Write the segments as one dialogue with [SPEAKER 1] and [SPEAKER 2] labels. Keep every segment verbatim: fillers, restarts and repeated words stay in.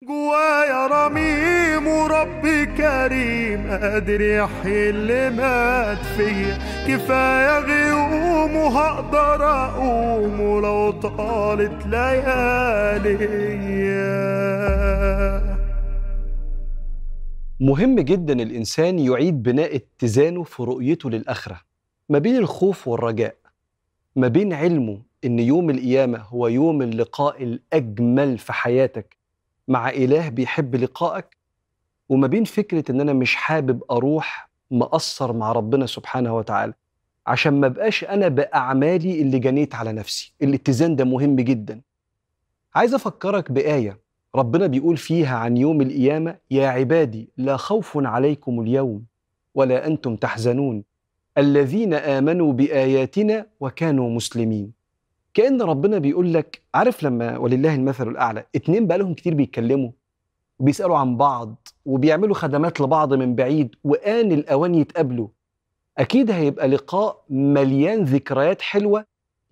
[SPEAKER 1] جوايا رميم وربي كريم قادر يحيي اللي مات فيا. كفاية غيوم وهقدر أقوم ولو طالت ليالي.
[SPEAKER 2] مهم جدا الإنسان يعيد بناء اتزانه في رؤيته للآخرة ما بين الخوف والرجاء، ما بين علمه إن يوم القيامة هو يوم اللقاء الأجمل في حياتك مع إله بيحب لقائك، وما بين فكرة إن أنا مش حابب أروح مقصر مع ربنا سبحانه وتعالى عشان ما بقاش أنا بأعمالي اللي جنيت على نفسي. الاتزان ده مهم جدا. عايز أفكرك بآية ربنا بيقول فيها عن يوم القيامة: يا عبادي لا خوف عليكم اليوم ولا أنتم تحزنون الذين آمنوا بآياتنا وكانوا مسلمين. كأن ربنا بيقول لك، عارف لما ولله المثل الأعلى اتنين بقالهم كتير بيتكلموا وبيسألوا عن بعض وبيعملوا خدمات لبعض من بعيد وآن الأوان يتقابلوا، أكيد هيبقى لقاء مليان ذكريات حلوة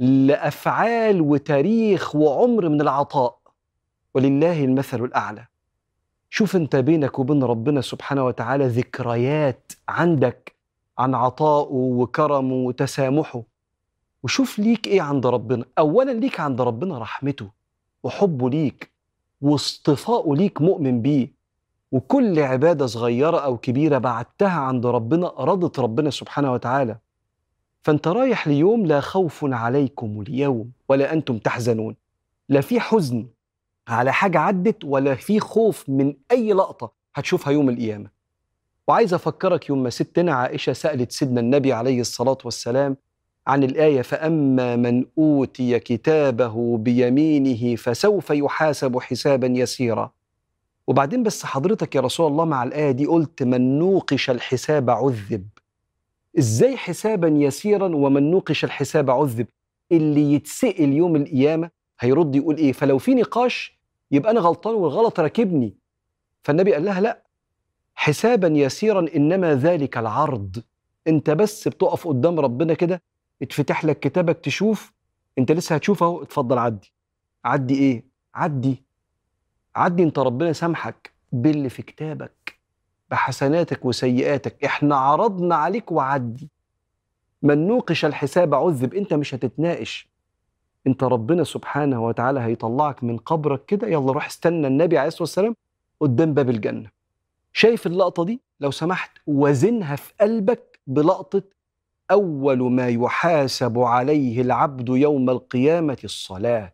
[SPEAKER 2] لأفعال وتاريخ وعمر من العطاء. ولله المثل الأعلى. شوف انت بينك وبين ربنا سبحانه وتعالى ذكريات عندك عن عطائه وكرمه وتسامحه، وشوف ليك ايه عند ربنا. اولا ليك عند ربنا رحمته وحبه ليك واصطفاؤه ليك مؤمن بيه، وكل عبادة صغيرة او كبيرة بعدتها عند ربنا رضت ربنا سبحانه وتعالى. فانت رايح ليوم لا خوف عليكم اليوم ولا انتم تحزنون، لا في حزن على حاجة عدت ولا في خوف من أي لقطة هتشوفها يوم القيامة. وعايز أفكرك يوم ما ستنا عائشة سألت سيدنا النبي عليه الصلاة والسلام عن الآية: فأما من أوتي كتابه بيمينه فسوف يحاسب حسابا يسيرا. وبعدين بس حضرتك يا رسول الله مع الآية دي قلت: من نوقش الحساب عذب. إزاي حسابا يسيرا ومن نوقش الحساب عذب؟ اللي يتسأل يوم القيامة هيرد يقول إيه؟ فلو في نقاش يبقى أنا غلطان والغلط راكبني. فالنبي قال لها: لا، حسابا يسيرا إنما ذلك العرض. أنت بس بتقف قدام ربنا كده، اتفتح لك كتابك تشوف، أنت لسه هتشوف أهو، اتفضل عدي. عدي إيه؟ عدي عدي أنت ربنا سامحك باللي في كتابك بحسناتك وسيئاتك، إحنا عرضنا عليك وعدي. من نوقش الحساب عذب. أنت مش هتتناقش، انت ربنا سبحانه وتعالى هيطلعك من قبرك كده، يلا روح استنى النبي عليه الصلاة والسلام قدام باب الجنة. شايف اللقطة دي؟ لو سمحت وزنها في قلبك بلقطة: أول ما يحاسب عليه العبد يوم القيامة الصلاة،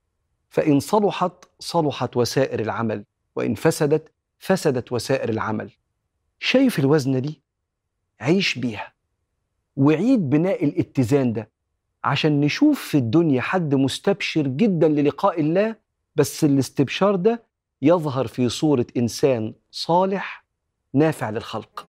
[SPEAKER 2] فإن صلحت صلحت وسائر العمل، وإن فسدت فسدت وسائر العمل. شايف الوزنة دي؟ عيش بيها وعيد بناء الاتزان ده عشان نشوف في الدنيا حد مستبشر جدا للقاء الله، بس الاستبشار ده يظهر في صورة إنسان صالح نافع للخلق.